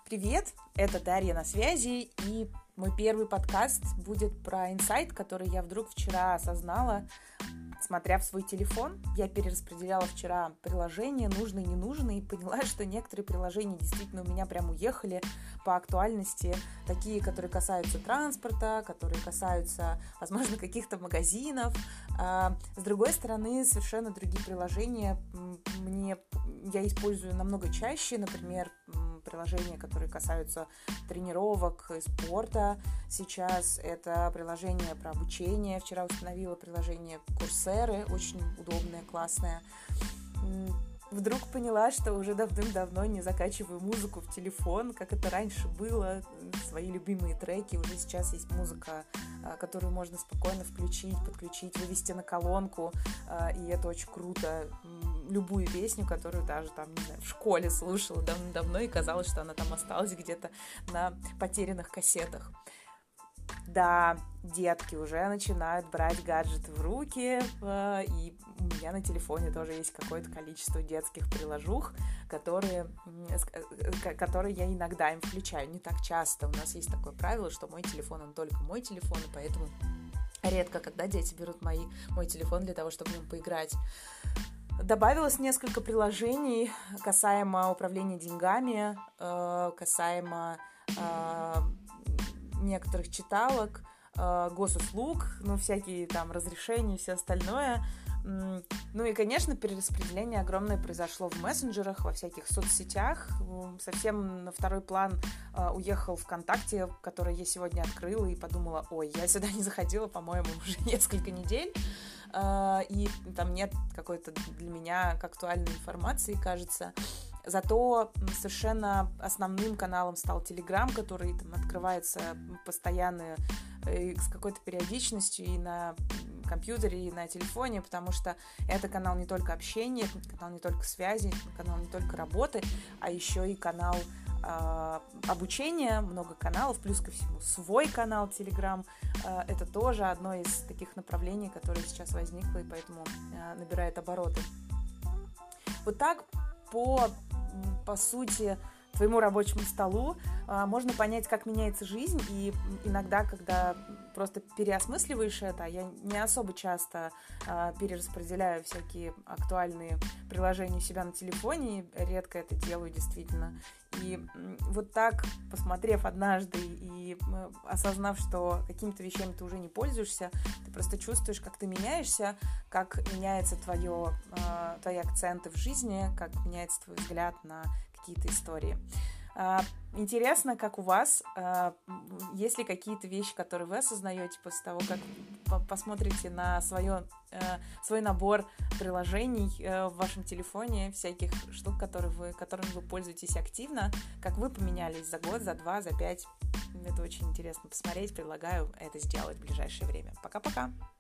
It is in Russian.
Привет, это Дарья на связи, и мой первый подкаст будет про инсайт, который я вдруг вчера осознала, смотря в свой телефон. Я перераспределяла вчера приложения, нужные и ненужные, и поняла, что некоторые приложения действительно у меня прям уехали по актуальности, такие, которые касаются транспорта, которые касаются, возможно, каких-то магазинов. С другой стороны, совершенно другие приложения я использую намного чаще, например, приложения, которые касаются тренировок и спорта. Сейчас это приложение про обучение. Вчера установила приложение Coursera, очень удобное, классное. Вдруг поняла, что уже давным-давно не закачиваю музыку в телефон, как это раньше было, свои любимые треки. Уже сейчас есть музыка, которую можно спокойно включить, подключить, вывести на колонку, и это очень круто. Любую песню, которую даже там, не знаю, в школе слушала давно-давно, и казалось, что она там осталась где-то на потерянных кассетах. Да, детки уже начинают брать гаджеты в руки, и у меня на телефоне тоже есть какое-то количество детских приложух, которые я иногда им включаю, не так часто. У нас есть такое правило, что мой телефон, он только мой телефон, и поэтому редко, когда дети берут мой телефон для того, чтобы в нем поиграть. Добавилось несколько приложений касаемо управления деньгами, касаемо некоторых читалок, госуслуг, всякие там разрешения и все остальное. И, конечно, перераспределение огромное произошло в мессенджерах, во всяких соцсетях. Совсем на второй план уехал ВКонтакте, который я сегодня открыла и подумала, я сюда не заходила, по-моему, уже несколько недель. И там нет какой-то для меня актуальной информации, кажется. Зато совершенно основным каналом стал Telegram, который там открывается постоянно с какой-то периодичностью и на компьютере, и на телефоне, потому что это канал не только общения, канал не только связи, канал не только работы, а еще и канал обучения, много каналов, плюс ко всему свой канал Telegram. Это тоже одно из таких направлений, которое сейчас возникло и поэтому набирает обороты. Вот так по сути, твоему рабочему столу можно понять, как меняется жизнь, и иногда, когда просто переосмысливаешь это, я не особо часто перераспределяю всякие актуальные приложения у себя на телефоне, редко это делаю действительно. И вот так, посмотрев однажды и осознав, что какими-то вещами ты уже не пользуешься, ты просто чувствуешь, как ты меняешься, как меняются твои акценты в жизни, как меняется твой взгляд на какие-то истории. Интересно, как у вас, есть ли какие-то вещи, которые вы осознаете после того, как посмотрите на свой набор приложений в вашем телефоне, всяких штук, которыми вы пользуетесь активно, как вы поменялись за год, за 2, за 5. Это очень интересно посмотреть, предлагаю это сделать в ближайшее время. Пока-пока!